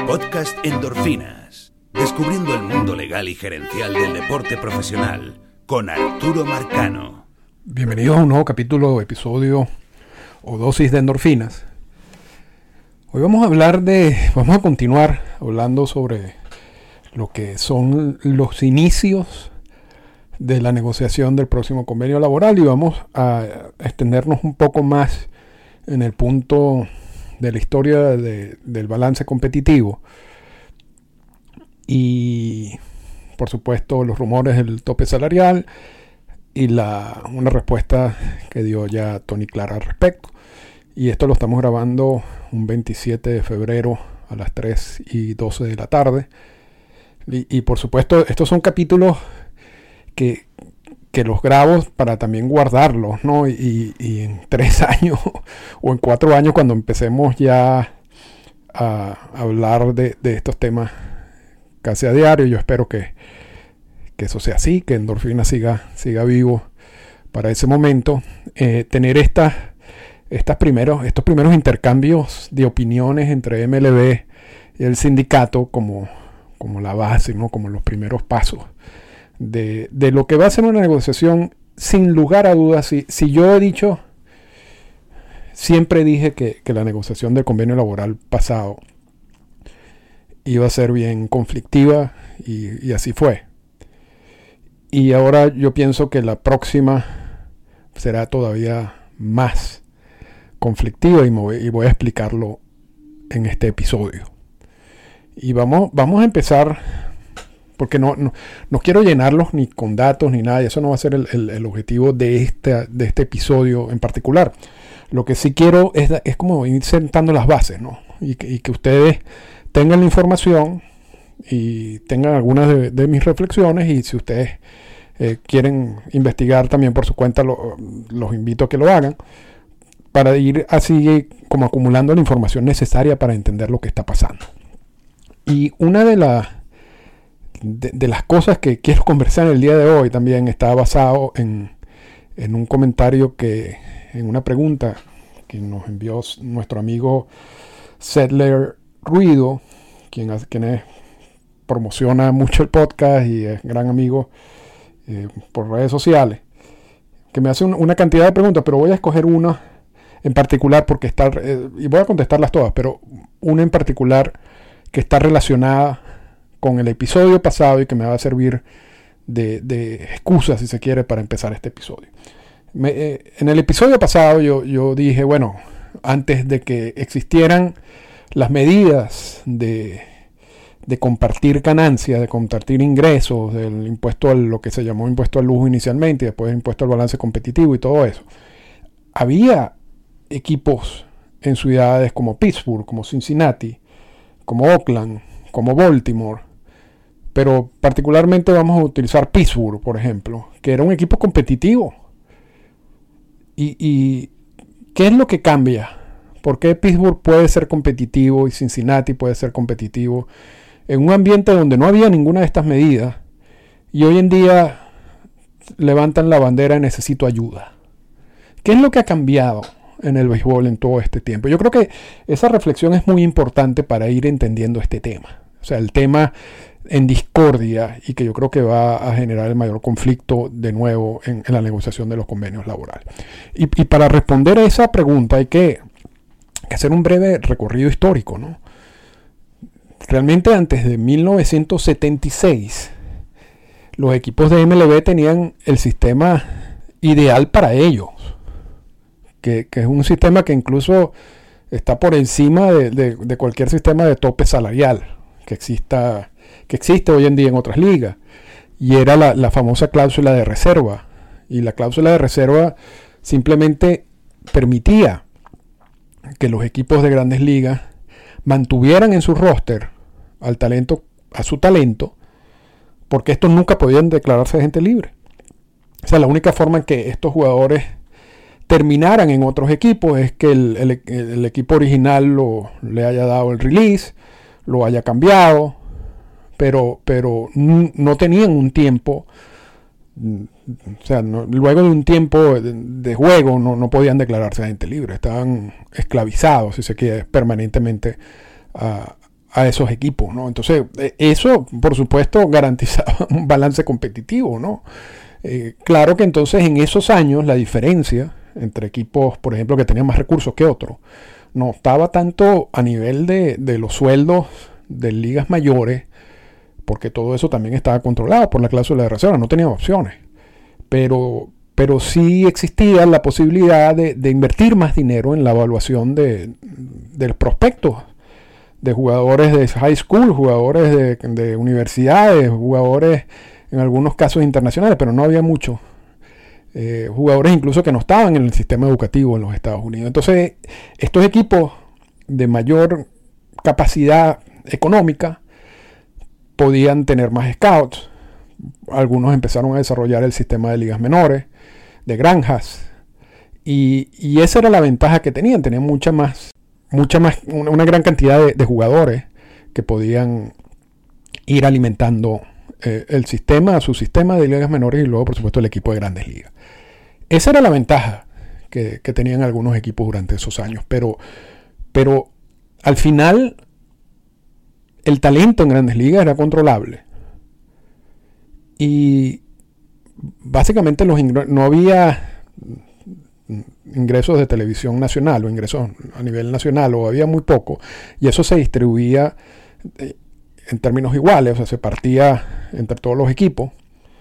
Podcast Endorfinas. Descubriendo el mundo legal y gerencial del deporte profesional con Arturo Marcano. Bienvenidos a un nuevo capítulo, episodio o dosis de endorfinas. Hoy vamos a continuar hablando sobre lo que son los inicios de la negociación del próximo convenio laboral y vamos a extendernos un poco más en el punto de la historia del balance competitivo y por supuesto los rumores del tope salarial y una respuesta que dio ya Tony Clara al respecto. Y esto lo estamos grabando un 27 de febrero a las 3:12 de la tarde. Y por supuesto, estos son capítulos que los grabo para también guardarlos, ¿no? Y en 3 años o en 4 años, cuando empecemos ya a hablar de estos temas casi a diario, yo espero que eso sea así, que Endorfina siga vivo para ese momento. Tener estos primeros intercambios de opiniones entre MLB y el sindicato como la base, ¿no? Como los primeros pasos de lo que va a ser una negociación, sin lugar a dudas. Si yo he dicho, siempre dije que la negociación del convenio laboral pasado iba a ser bien conflictiva y así fue. Y ahora yo pienso que la próxima será todavía más conflictiva y voy a explicarlo en este episodio. Y vamos a empezar, porque no quiero llenarlos ni con datos ni nada, y eso no va a ser el objetivo de este episodio en particular. Lo que sí quiero es como ir sentando las bases, ¿no? Y que ustedes tengan la información y tengan algunas de mis reflexiones, y si ustedes quieren investigar también por su cuenta, los invito a que lo hagan, para ir así como acumulando la información necesaria para entender lo que está pasando. Y una de las cosas que quiero conversar en el día de hoy también está basado en un comentario en una pregunta que nos envió nuestro amigo Sedler Ruido, quien promociona mucho el podcast y es gran amigo por redes sociales, que me hace una cantidad de preguntas, pero voy a escoger una en particular porque y voy a contestarlas todas, pero una en particular que está relacionada con el episodio pasado y que me va a servir de excusa, si se quiere, para empezar este episodio. En el episodio pasado yo dije, bueno, antes de que existieran las medidas de compartir ganancias, de compartir ingresos, del impuesto lo que se llamó impuesto al lujo inicialmente, y después impuesto al balance competitivo y todo eso, había equipos en ciudades como Pittsburgh, como Cincinnati, como Oakland, como Baltimore, pero particularmente vamos a utilizar Pittsburgh, por ejemplo, que era un equipo competitivo. ¿Y qué es lo que cambia? ¿Por qué Pittsburgh puede ser competitivo y Cincinnati puede ser competitivo en un ambiente donde no había ninguna de estas medidas, y hoy en día levantan la bandera de necesito ayuda? ¿Qué es lo que ha cambiado en el béisbol en todo este tiempo? Yo creo que esa reflexión es muy importante para ir entendiendo este tema. O sea, el tema en discordia, y que yo creo que va a generar el mayor conflicto de nuevo en la negociación de los convenios laborales. Y para responder a esa pregunta hay que hacer un breve recorrido histórico, ¿no? Realmente antes de 1976, los equipos de MLB tenían el sistema ideal para ellos, que es un sistema que incluso está por encima de cualquier sistema de tope salarial que existe hoy en día en otras ligas, y era la famosa cláusula de reserva. Y la cláusula de reserva simplemente permitía que los equipos de grandes ligas mantuvieran en su roster a su talento, porque estos nunca podían declararse gente libre. O sea, la única forma en que estos jugadores terminaran en otros equipos es que el equipo original le haya dado el release, lo haya cambiado, pero no tenían un tiempo, o sea, luego de un tiempo de juego no podían declararse agente libre, estaban esclavizados, si se quiere, permanentemente a a esos equipos, ¿no? Entonces, eso, por supuesto, garantizaba un balance competitivo, ¿no? Claro que entonces en esos años la diferencia entre equipos, por ejemplo, que tenían más recursos que otros, no estaba tanto a nivel de los sueldos de ligas mayores, porque todo eso también estaba controlado por la cláusula de reserva, no tenían opciones. Pero sí existía la posibilidad de invertir más dinero en la evaluación de los prospectos, de jugadores de high school, jugadores de universidades, jugadores en algunos casos internacionales, pero no había muchos. Jugadores incluso que no estaban en el sistema educativo en los Estados Unidos. Entonces, estos equipos de mayor capacidad económica podían tener más scouts. Algunos empezaron a desarrollar el sistema de ligas menores, de granjas, y esa era la ventaja que tenían. Tenían una gran cantidad de jugadores que podían ir alimentando su sistema de ligas menores y luego, por supuesto, el equipo de grandes ligas. Esa era la ventaja que tenían algunos equipos durante esos años, pero al final el talento en grandes ligas era controlable y básicamente no había ingresos de televisión nacional o ingresos a nivel nacional, o había muy poco, y eso se distribuía en términos iguales, o sea, se partía entre todos los equipos.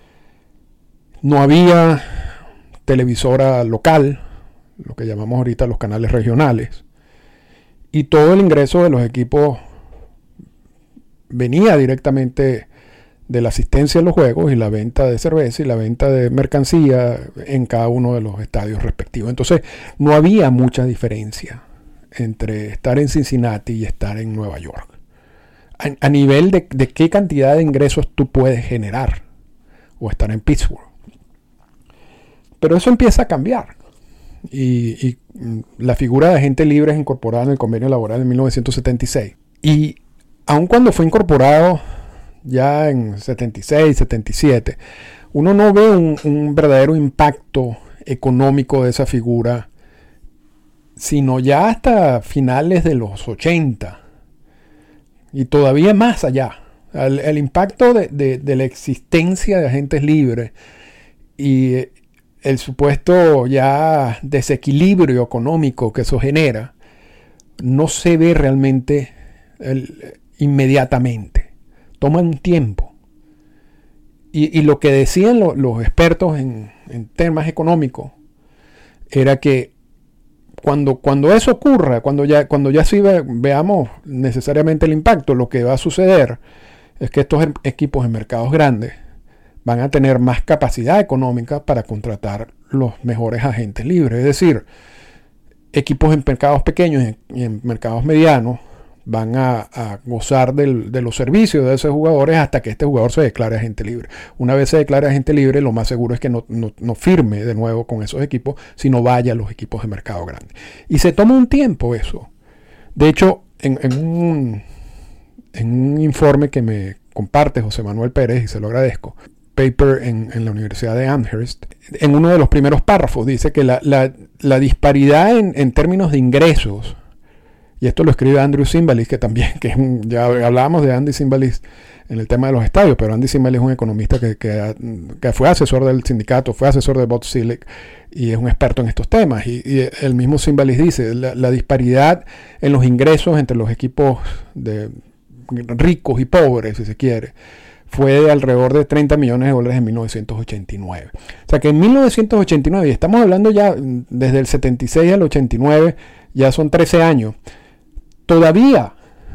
No había televisora local, lo que llamamos ahorita los canales regionales, y todo el ingreso de los equipos venía directamente de la asistencia a los juegos y la venta de cerveza y la venta de mercancía en cada uno de los estadios respectivos. Entonces no había mucha diferencia entre estar en Cincinnati y estar en Nueva York a nivel de qué cantidad de ingresos tú puedes generar, o estar en Pittsburgh. Pero eso empieza a cambiar y la figura de agente libre es incorporada en el convenio laboral en 1976, y aun cuando fue incorporado ya en 76, 77, uno no ve un verdadero impacto económico de esa figura, sino ya hasta finales de los 80 y todavía más allá. El impacto de la existencia de agentes libres y el supuesto ya desequilibrio económico que eso genera no se ve realmente inmediatamente. Toma un tiempo. Y lo que decían los expertos en temas económicos era que cuando eso ocurra, cuando ya sí veamos necesariamente el impacto, lo que va a suceder es que estos equipos en mercados grandes van a tener más capacidad económica para contratar los mejores agentes libres. Es decir, equipos en mercados pequeños y en mercados medianos van a gozar de los servicios de esos jugadores hasta que este jugador se declare agente libre. Una vez se declare agente libre, lo más seguro es que no firme de nuevo con esos equipos, sino vaya a los equipos de mercado grande. Y se toma un tiempo eso. De hecho, en un informe que me comparte José Manuel Pérez, y se lo agradezco, paper en la Universidad de Amherst, en uno de los primeros párrafos dice que la disparidad en términos de ingresos, y esto lo escribe Andrew Zimbalist, que también, ya hablábamos de Andy Zimbalist en el tema de los estadios, pero Andy Zimbalist es un economista que fue asesor del sindicato, fue asesor de Bob Selig y es un experto en estos temas. Y el mismo Zimbalist dice, la disparidad en los ingresos entre los equipos de ricos y pobres, si se quiere, fue de alrededor de $30 millones en 1989. O sea que en 1989, y estamos hablando ya desde el 76 al 89, ya son 13 años, todavía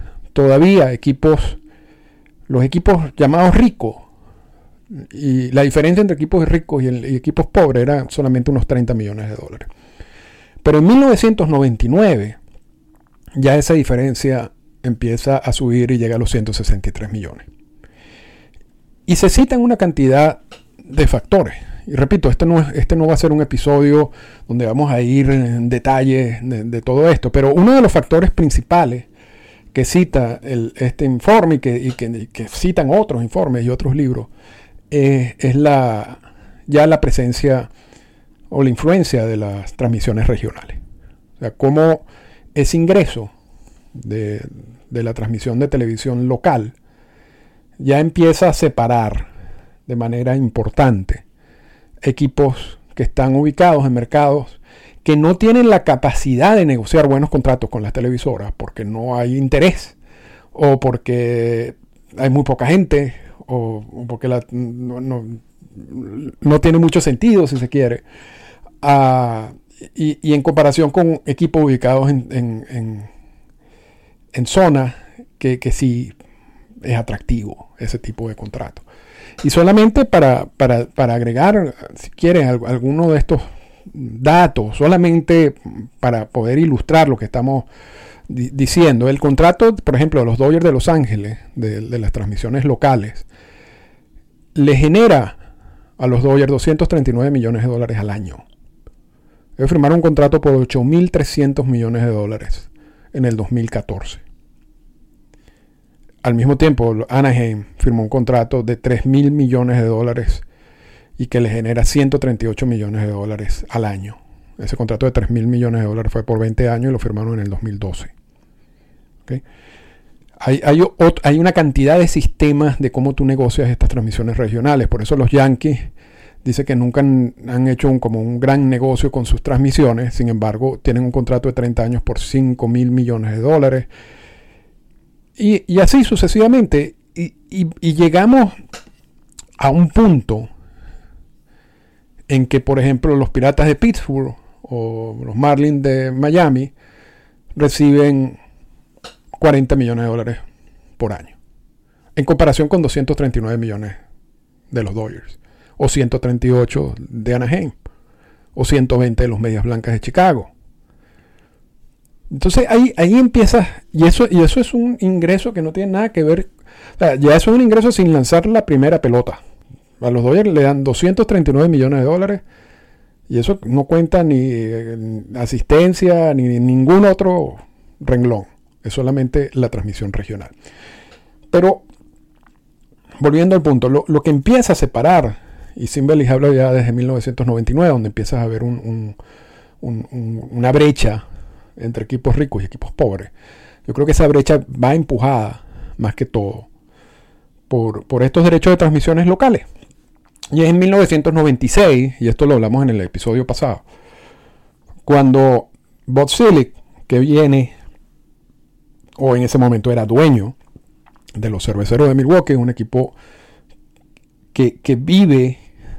los equipos llamados ricos, y la diferencia entre equipos ricos y equipos pobres era solamente unos $30 millones. Pero en 1999 ya esa diferencia empieza a subir y llega a los 163 millones. Y se citan una cantidad de factores. Y repito, este no va a ser un episodio donde vamos a ir en detalle de todo esto, pero uno de los factores principales que cita este informe y que citan otros informes y otros libros es ya la presencia o la influencia de las transmisiones regionales. O sea, cómo ese ingreso de de la transmisión de televisión local, ya empieza a separar de manera importante equipos que están ubicados en mercados que no tienen la capacidad de negociar buenos contratos con las televisoras porque no hay interés, o porque hay muy poca gente, o porque no tiene mucho sentido, si se quiere, y en comparación con equipos ubicados en zonas que sí es atractivo ese tipo de contrato. Y solamente para agregar, si quieren, alguno de estos datos, solamente para poder ilustrar lo que estamos diciendo, el contrato, por ejemplo, de los Dodgers de Los Ángeles, de las transmisiones locales, le genera a los Dodgers $239 millones al año. Ellos firmaron un contrato por $8.300 millones en el 2014. Al mismo tiempo, Anaheim firmó un contrato de $3.000 millones y que le genera $138 millones al año. Ese contrato de $3.000 millones fue por 20 años y lo firmaron en el 2012. ¿Okay? Hay una cantidad de sistemas de cómo tú negocias estas transmisiones regionales. Por eso los Yankees dicen que nunca han hecho como un gran negocio con sus transmisiones. Sin embargo, tienen un contrato de 30 años por $5.000 millones. Y así sucesivamente. Y llegamos a un punto en que, por ejemplo, los Piratas de Pittsburgh o los Marlins de Miami reciben $40 millones por año, en comparación con 239 millones de los Dodgers, o 138 de Anaheim, o 120 de los Medias Blancas de Chicago. Entonces ahí empieza, y eso es un ingreso que no tiene nada que ver, o sea, ya eso es un ingreso sin lanzar la primera pelota. A los Dodgers le dan $239 millones y eso no cuenta ni asistencia ni ningún otro renglón. Es solamente la transmisión regional. Pero, volviendo al punto, lo que empieza a separar, y Simbelis habla ya desde 1999, donde empiezas a ver una brecha entre equipos ricos y equipos pobres. Yo creo que esa brecha va empujada, más que todo, por estos derechos de transmisiones locales. Y es en 1996, y esto lo hablamos en el episodio pasado, cuando Bud Selig, que viene, o en ese momento era dueño de los Cerveceros de Milwaukee, un equipo que vive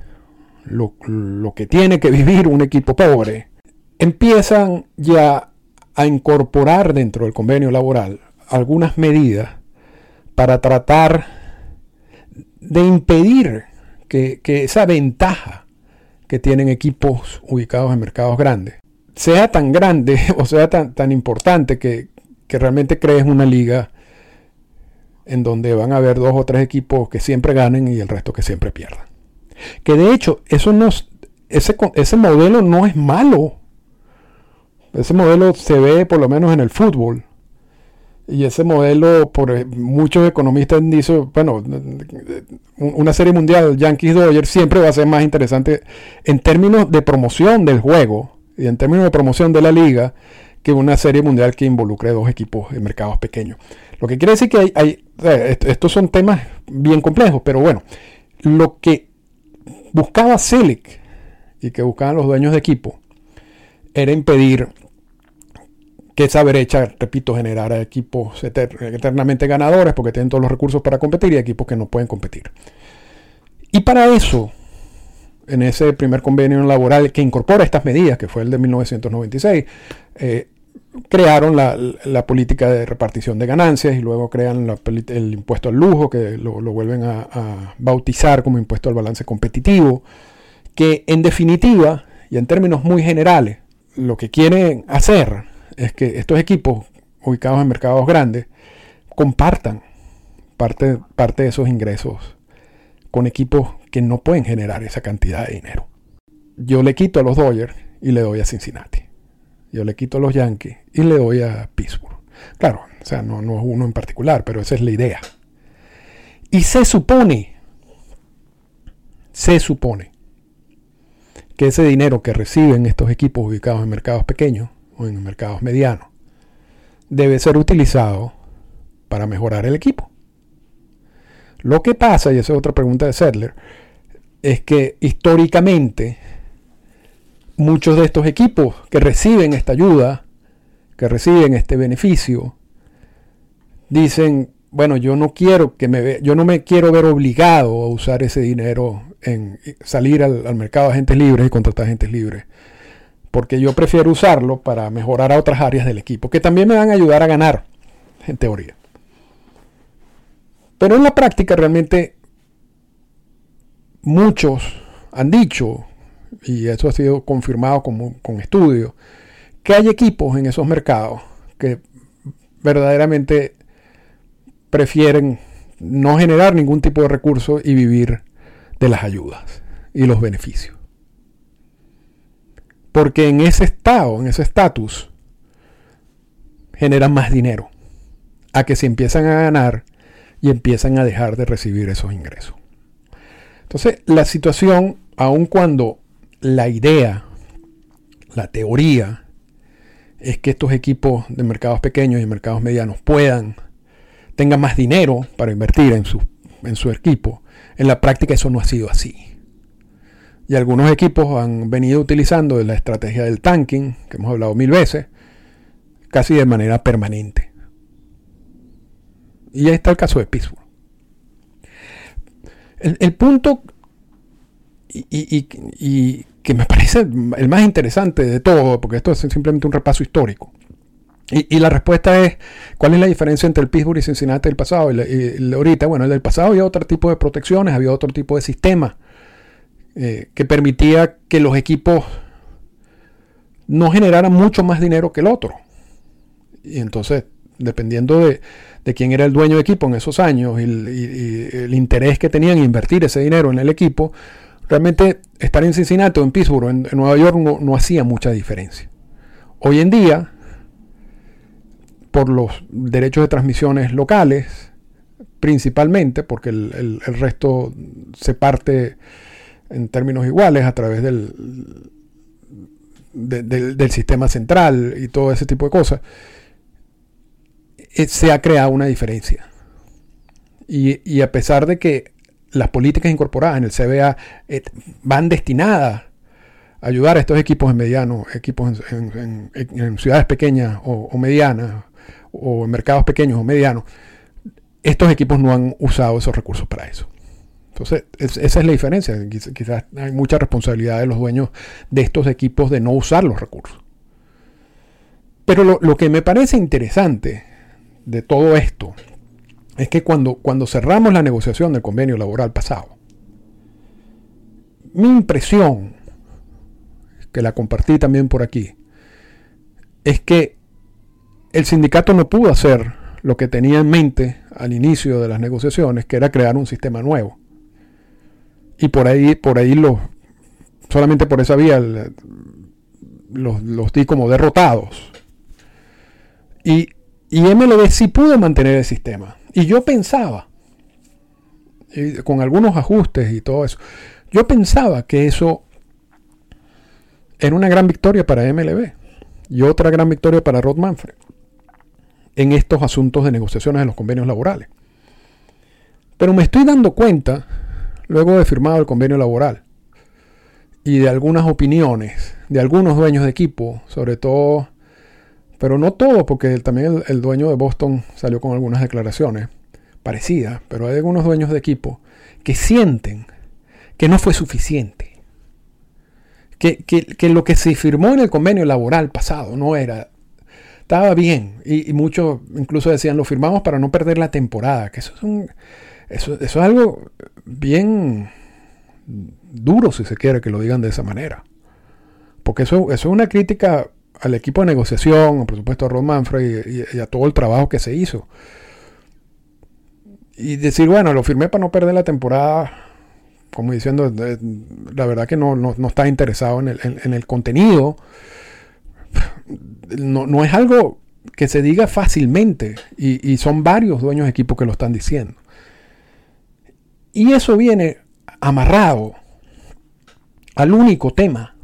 lo que tiene que vivir un equipo pobre, empiezan ya a incorporar dentro del convenio laboral algunas medidas para tratar de impedir que esa ventaja que tienen equipos ubicados en mercados grandes sea tan grande o sea tan importante que realmente crees una liga en donde van a haber 2 o 3 equipos que siempre ganen y el resto que siempre pierdan. Que de hecho ese modelo no es malo. Ese modelo se ve por lo menos en el fútbol. Y ese modelo, por muchos economistas dicen, bueno, una serie mundial Yankees-Dodgers siempre va a ser más interesante en términos de promoción del juego y en términos de promoción de la liga que una serie mundial que involucre 2 equipos en mercados pequeños. Lo que quiere decir que estos son temas bien complejos, pero bueno, lo que buscaba Selig y que buscaban los dueños de equipo era impedir que esa brecha, repito, generara equipos eternamente ganadores porque tienen todos los recursos para competir y equipos que no pueden competir. Y para eso, en ese primer convenio laboral que incorpora estas medidas, que fue el de 1996, crearon la política de repartición de ganancias y luego crean el impuesto al lujo, que lo vuelven a bautizar como impuesto al balance competitivo, que en definitiva y en términos muy generales, lo que quieren hacer es que estos equipos ubicados en mercados grandes compartan parte de esos ingresos con equipos que no pueden generar esa cantidad de dinero. Yo le quito a los Dodgers y le doy a Cincinnati. Yo le quito a los Yankees y le doy a Pittsburgh. Claro, o sea, no es uno en particular, pero esa es la idea. Y se supone que ese dinero que reciben estos equipos ubicados en mercados pequeños o en mercados medianos debe ser utilizado para mejorar el equipo. Lo que pasa, y esa es otra pregunta de Sedler, es que históricamente muchos de estos equipos que reciben esta ayuda, que reciben este beneficio, dicen, bueno, yo no me quiero ver obligado a usar ese dinero en salir al mercado de agentes libres y contratar agentes libres, porque yo prefiero usarlo para mejorar a otras áreas del equipo, que también me van a ayudar a ganar, en teoría. Pero en la práctica realmente muchos han dicho, y eso ha sido confirmado con estudios, que hay equipos en esos mercados que verdaderamente prefieren no generar ningún tipo de recurso y vivir de las ayudas y los beneficios. Porque en ese estado, en ese estatus, generan más dinero a que se empiezan a ganar y empiezan a dejar de recibir esos ingresos. Entonces, la situación, aun cuando la idea, la teoría, es que estos equipos de mercados pequeños y mercados medianos tengan más dinero para invertir en su equipo, en la práctica eso no ha sido así. Y algunos equipos han venido utilizando la estrategia del tanking, que hemos hablado 1000 veces, casi de manera permanente. Y ahí está el caso de Pittsburgh. El punto y que me parece el más interesante de todo, porque esto es simplemente un repaso histórico. Y la respuesta es, ¿cuál es la diferencia entre el Pittsburgh y Cincinnati del pasado y ahorita? Bueno, el del pasado había otro tipo de protecciones, había otro tipo de sistema que permitía que los equipos no generaran mucho más dinero que el otro. Y entonces, dependiendo de quién era el dueño de equipo en esos años y el interés que tenían en invertir ese dinero en el equipo, realmente estar en Cincinnati o en Pittsburgh, en Nueva York, no hacía mucha diferencia. Hoy en día, por los derechos de transmisiones locales, principalmente, porque el resto se parte en términos iguales a través del sistema central y todo ese tipo de cosas, se ha creado una diferencia. Y a pesar de que las políticas incorporadas en el CBA van destinadas a ayudar a estos equipos en medianos, equipos en ciudades pequeñas o medianas, o en mercados pequeños o medianos, estos equipos no han usado esos recursos para eso. Entonces, esa es la diferencia. Quizás hay mucha responsabilidad de los dueños de estos equipos de no usar los recursos. Pero lo que me parece interesante de todo esto es que cuando cerramos la negociación del convenio laboral pasado, mi impresión, que la compartí también por aquí, es que el sindicato no pudo hacer lo que tenía en mente al inicio de las negociaciones, que era crear un sistema nuevo. Y por ahí solamente por esa vía los di como derrotados. Y MLB sí pudo mantener el sistema. Y yo pensaba, con algunos ajustes y todo eso, yo pensaba que eso era una gran victoria para MLB y otra gran victoria para Rob Manfred en estos asuntos de negociaciones de los convenios laborales. Pero me estoy dando cuenta, luego de firmado el convenio laboral, y de algunas opiniones de algunos dueños de equipo, sobre todo, pero no todos, porque también el dueño de Boston salió con algunas declaraciones parecidas, pero hay algunos dueños de equipo que sienten que no fue suficiente, que lo que se firmó en el convenio laboral pasado estaba bien, y muchos incluso decían, lo firmamos para no perder la temporada, que eso es algo bien duro, si se quiere que lo digan de esa manera, porque eso es una crítica al equipo de negociación, por supuesto a Rob Manfred y a todo el trabajo que se hizo. Y decir, bueno, lo firmé para no perder la temporada, como diciendo, la verdad que no está interesado en el contenido. No es algo que se diga fácilmente, y son varios dueños de equipo que lo están diciendo. Y eso viene amarrado al único tema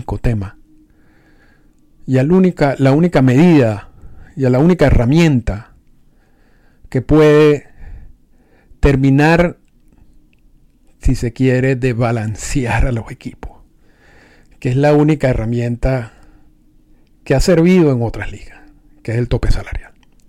y la única medida y a la única herramienta que puede terminar, si se quiere, de balancear a los equipos, que es la única herramienta que ha servido en otras ligas, que es el tope salarial.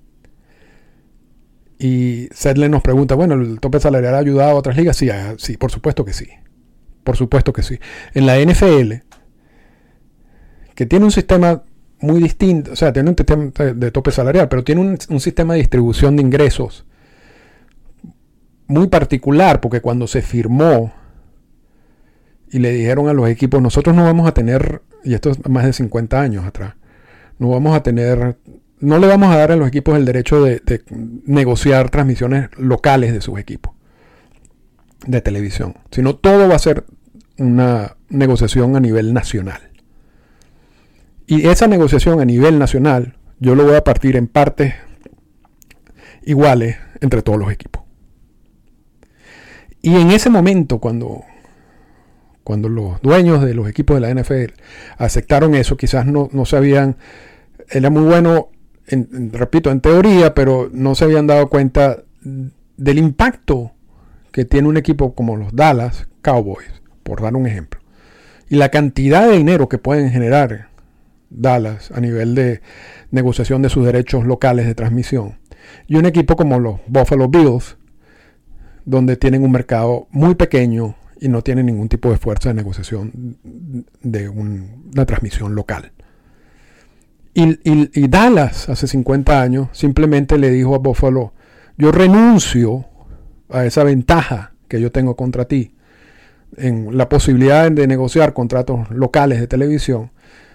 Y Sedley nos pregunta, bueno, ¿el tope salarial ha ayudado a otras ligas? Sí, sí, por supuesto que sí. Por supuesto que sí. En la NFL, que tiene un sistema muy distinto, o sea, tiene un sistema de tope salarial, pero tiene un sistema de distribución de ingresos muy particular, porque cuando se firmó y le dijeron a los equipos, nosotros no vamos a tener, y esto es más de 50 años atrás, no le vamos a dar a los equipos el derecho de negociar transmisiones locales de sus equipos de televisión, sino todo va a ser una negociación a nivel nacional. Y esa negociación a nivel nacional yo lo voy a partir en partes iguales entre todos los equipos. Y en ese momento, cuando los dueños de los equipos de la NFL aceptaron eso, quizás no sabían, era muy bueno, repito, en teoría, pero no se habían dado cuenta del impacto que tiene un equipo como los Dallas Cowboys, por dar un ejemplo, y la cantidad de dinero que pueden generar Dallas a nivel de negociación de sus derechos locales de transmisión, y un equipo como los Buffalo Bills, donde tienen un mercado muy pequeño y no tienen ningún tipo de fuerza de negociación de una transmisión local. Y Dallas hace 50 años simplemente le dijo a Buffalo, yo renuncio a esa ventaja que yo tengo contra ti en la posibilidad de negociar contratos locales de televisión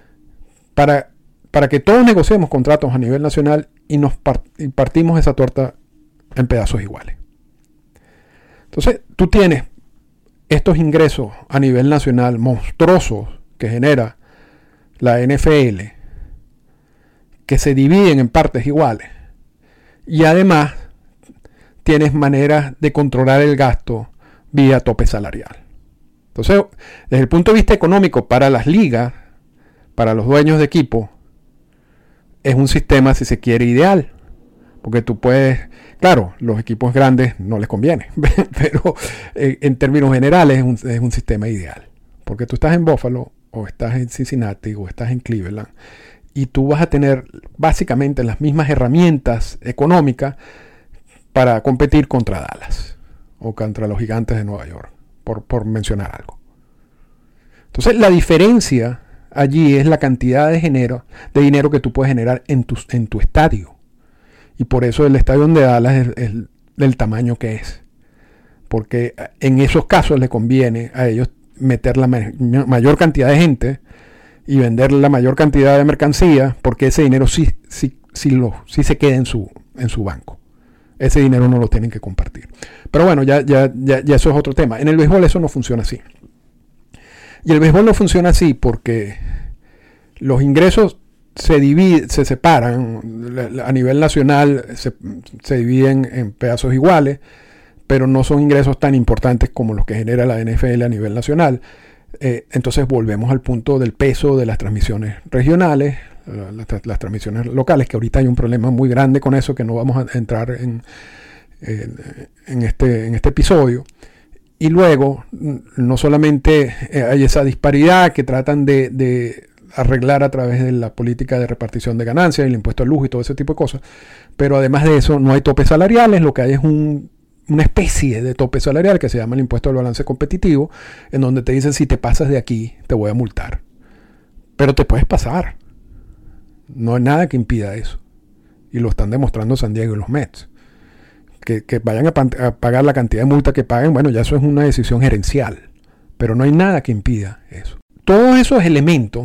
para que todos negociemos contratos a nivel nacional y partimos esa torta en pedazos iguales. Entonces tú tienes estos ingresos a nivel nacional monstruosos que genera la NFL, que se dividen en partes iguales, y además tienes maneras de controlar el gasto vía tope salarial. Entonces, desde el punto de vista económico, para las ligas, para los dueños de equipo, es un sistema, si se quiere, ideal. Porque tú puedes, claro, los equipos grandes no les conviene, pero en términos generales es un sistema ideal. Porque tú estás en Buffalo, o estás en Cincinnati, o estás en Cleveland, y tú vas a tener básicamente las mismas herramientas económicas para competir contra Dallas o contra los Gigantes de Nueva York, por mencionar algo. Entonces la diferencia allí es la cantidad de dinero que tú puedes generar en tu estadio. Y por eso el estadio de Dallas es del tamaño que es. Porque en esos casos les conviene a ellos meter la mayor cantidad de gente y vender la mayor cantidad de mercancía, porque ese dinero sí se queda en su banco. Ese dinero no lo tienen que compartir. Pero bueno, ya eso es otro tema. En el béisbol eso no funciona así. Y el béisbol no funciona así porque los ingresos se separan a nivel nacional, se dividen en pedazos iguales, pero no son ingresos tan importantes como los que genera la NFL a nivel nacional. Entonces volvemos al punto del peso de las transmisiones regionales, las transmisiones locales, que ahorita hay un problema muy grande con eso, que no vamos a entrar en este episodio. Y luego, no solamente hay esa disparidad que tratan de arreglar a través de la política de repartición de ganancias, el impuesto al lujo y todo ese tipo de cosas, pero además de eso no hay topes salariales, lo que hay es una especie de tope salarial que se llama el impuesto al balance competitivo, en donde te dicen, si te pasas de aquí te voy a multar, pero te puedes pasar, no hay nada que impida eso, y lo están demostrando San Diego y los Mets. Que vayan a pagar la cantidad de multa que paguen, bueno, ya eso es una decisión gerencial, pero no hay nada que impida eso. Todos esos elementos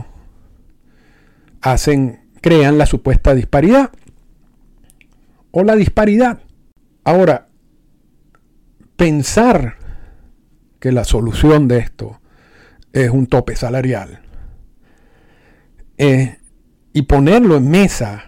crean la supuesta disparidad o la disparidad. Ahora, pensar que la solución de esto es un tope salarial y ponerlo en mesa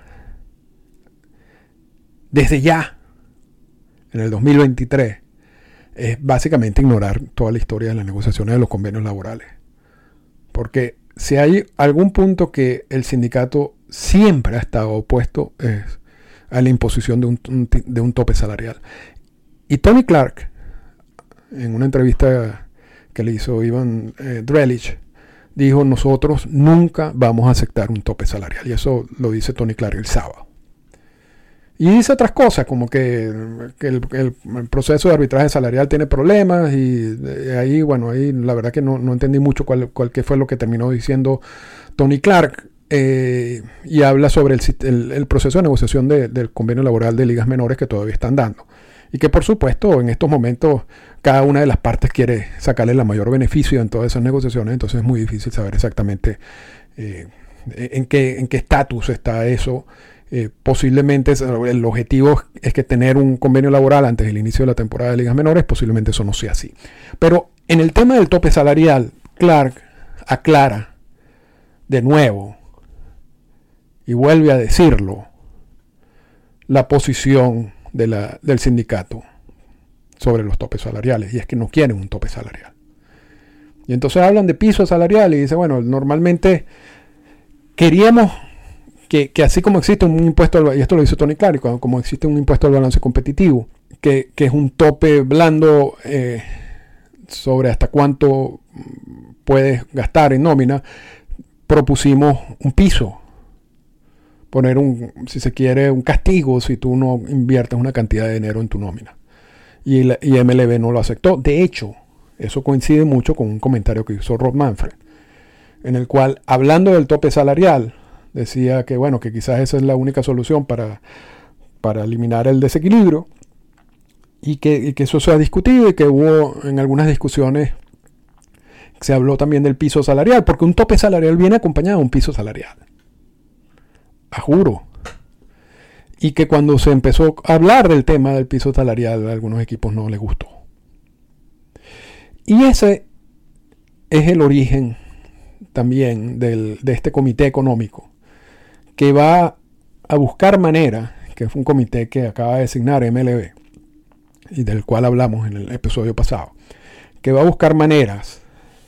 desde ya, en el 2023, es básicamente ignorar toda la historia de las negociaciones de los convenios laborales. Porque si hay algún punto que el sindicato siempre ha estado opuesto, es a la imposición de un tope salarial. Y Tony Clark, en una entrevista que le hizo Ivan Drelich, dijo: nosotros nunca vamos a aceptar un tope salarial. Y eso lo dice Tony Clark el sábado. Y dice otras cosas, como que el proceso de arbitraje salarial tiene problemas, y ahí, bueno, ahí la verdad que no entendí mucho qué fue lo que terminó diciendo Tony Clark, y habla sobre el proceso de negociación del convenio laboral de ligas menores que todavía están dando. Y que por supuesto en estos momentos cada una de las partes quiere sacarle el mayor beneficio en todas esas negociaciones, entonces es muy difícil saber exactamente en qué estatus está eso. Posiblemente el objetivo es que tener un convenio laboral antes del inicio de la temporada de ligas menores, posiblemente eso no sea así. Pero en el tema del tope salarial, Clark aclara de nuevo y vuelve a decirlo la posición del sindicato sobre los topes salariales, y es que no quieren un tope salarial. Y entonces hablan de piso salarial y dice, bueno, normalmente queríamos que así como existe un impuesto, y esto lo dice Tony Clark, como existe un impuesto al balance competitivo, que es un tope blando sobre hasta cuánto puedes gastar en nómina, propusimos un piso, poner si se quiere, un castigo si tú no inviertes una cantidad de dinero en tu nómina. Y MLB no lo aceptó. De hecho, eso coincide mucho con un comentario que hizo Rob Manfred, en el cual, hablando del tope salarial, decía que bueno, que quizás esa es la única solución para eliminar el desequilibrio, y que eso se ha discutido, y que hubo en algunas discusiones, se habló también del piso salarial, porque un tope salarial viene acompañado de un piso salarial, a juro. Y que cuando se empezó a hablar del tema del piso salarial, a algunos equipos no les gustó. Y ese es el origen también de este comité económico, que va a buscar manera, que fue un comité que acaba de designar MLB, y del cual hablamos en el episodio pasado, que va a buscar maneras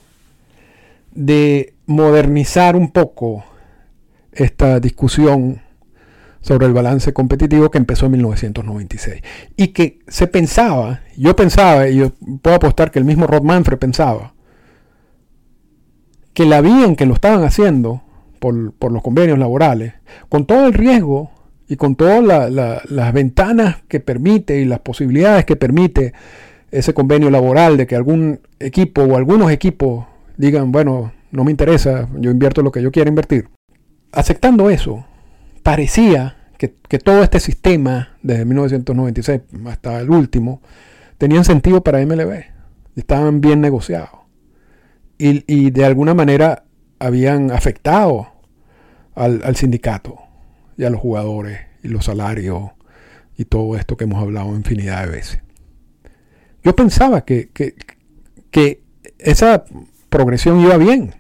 de modernizar un poco esta discusión sobre el balance competitivo que empezó en 1996. Y que yo pensaba, y yo puedo apostar que el mismo Rob Manfred pensaba, que la vía en que lo estaban haciendo por los convenios laborales, con todo el riesgo y con todas las ventanas que permite y las posibilidades que permite ese convenio laboral, de que algún equipo o algunos equipos digan, bueno, no me interesa, yo invierto lo que yo quiera invertir. Aceptando eso, parecía que todo este sistema, desde 1996 hasta el último, tenían sentido para MLB. Estaban bien negociados. Y de alguna manera habían afectado al sindicato y a los jugadores y los salarios y todo esto que hemos hablado infinidad de veces. Yo pensaba que esa progresión iba bien,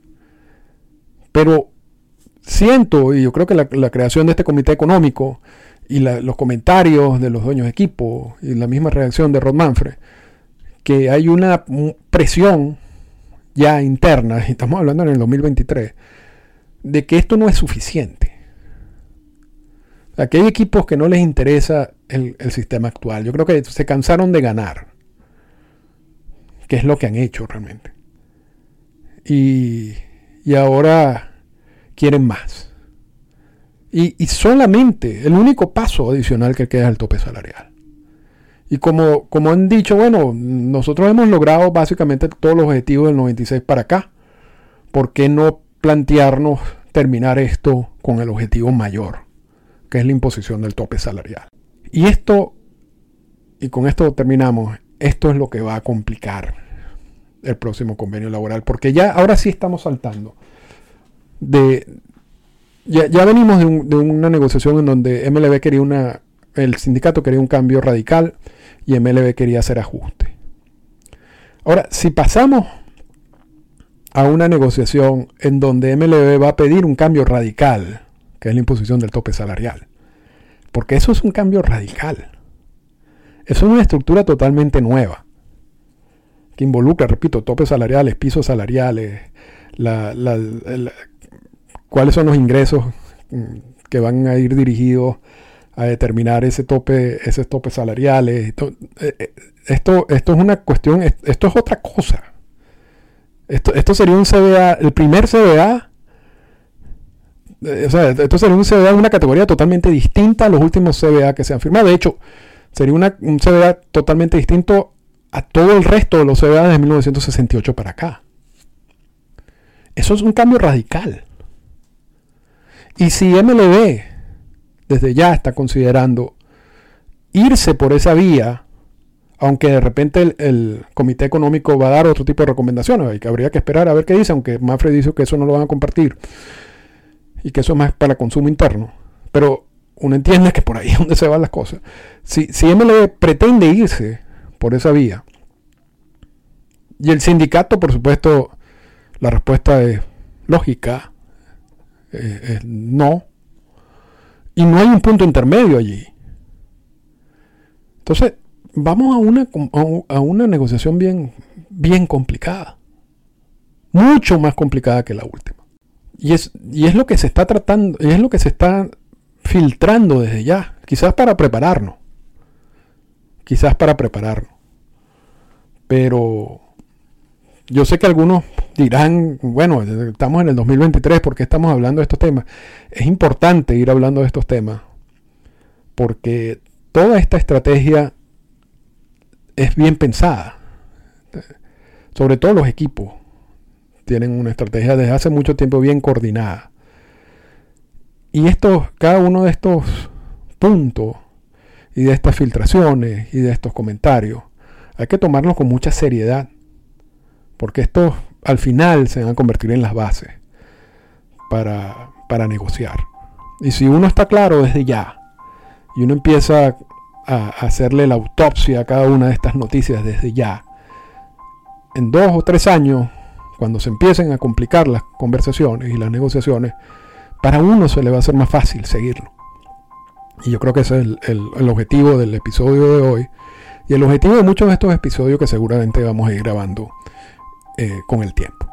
pero siento, y yo creo que la creación de este comité económico y los comentarios de los dueños de equipo y la misma reacción de Rob Manfred, que hay una presión ya interna, y estamos hablando en el 2023, de que esto no es suficiente. O sea, que hay equipos que no les interesa el sistema actual. Yo creo que se cansaron de ganar, que es lo que han hecho realmente. Y ahora quieren más. Y solamente el único paso adicional que queda es el tope salarial. Y como han dicho, bueno, nosotros hemos logrado básicamente todos los objetivos del 96 para acá. ¿Por qué no plantearnos terminar esto con el objetivo mayor, que es la imposición del tope salarial? Y con esto terminamos, esto es lo que va a complicar el próximo convenio laboral, porque ahora sí estamos saltando. Ya venimos de una negociación en donde MLB quería el sindicato quería un cambio radical y MLB quería hacer ajuste. Ahora, si pasamos a una negociación en donde MLB va a pedir un cambio radical, que es la imposición del tope salarial, porque eso es un cambio radical, eso es una estructura totalmente nueva, que involucra, repito, topes salariales, pisos salariales, cuáles son los ingresos que van a ir dirigidos a determinar esos topes salariales. Esto es una cuestión, esto es otra cosa. Esto sería un CBA, el primer CBA. O sea, esto sería un CBA de una categoría totalmente distinta a los últimos CBA que se han firmado. De hecho, sería un CBA totalmente distinto a todo el resto de los CBA desde 1968 para acá. Eso es un cambio radical. Y si MLB desde ya está considerando irse por esa vía, aunque de repente el Comité Económico va a dar otro tipo de recomendaciones, y que habría que esperar a ver qué dice, aunque Manfred dice que eso no lo van a compartir y que eso es más para consumo interno, pero uno entiende que por ahí es donde se van las cosas. Si MLB pretende irse por esa vía, y el sindicato, por supuesto, la respuesta es lógica, es no, y no hay un punto intermedio allí. Entonces vamos a una negociación bien complicada, mucho más complicada que la última. Y es lo que se está tratando, y es lo que se está filtrando desde ya, quizás para prepararnos. Pero yo sé que algunos dirán, bueno, estamos en el 2023, ¿por qué estamos hablando de estos temas? Es importante ir hablando de estos temas, porque toda esta estrategia es bien pensada. Sobre todo los equipos tienen una estrategia desde hace mucho tiempo bien coordinada. Y cada uno de estos puntos y de estas filtraciones y de estos comentarios hay que tomarlos con mucha seriedad, porque estos al final se van a convertir en las bases para negociar. Y si uno está claro desde ya y uno empieza a hacerle la autopsia a cada una de estas noticias desde ya, en 2 o 3 años, cuando se empiecen a complicar las conversaciones y las negociaciones, para uno se le va a hacer más fácil seguirlo. Y yo creo que ese es el objetivo del episodio de hoy, y el objetivo de muchos de estos episodios que seguramente vamos a ir grabando con el tiempo.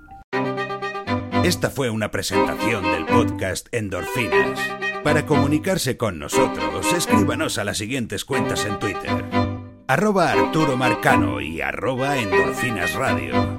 Esta fue una presentación del podcast Endorfinas. Para comunicarse con nosotros, escríbanos a las siguientes cuentas en Twitter: @ArturoMarcano y @EndorfinasRadio.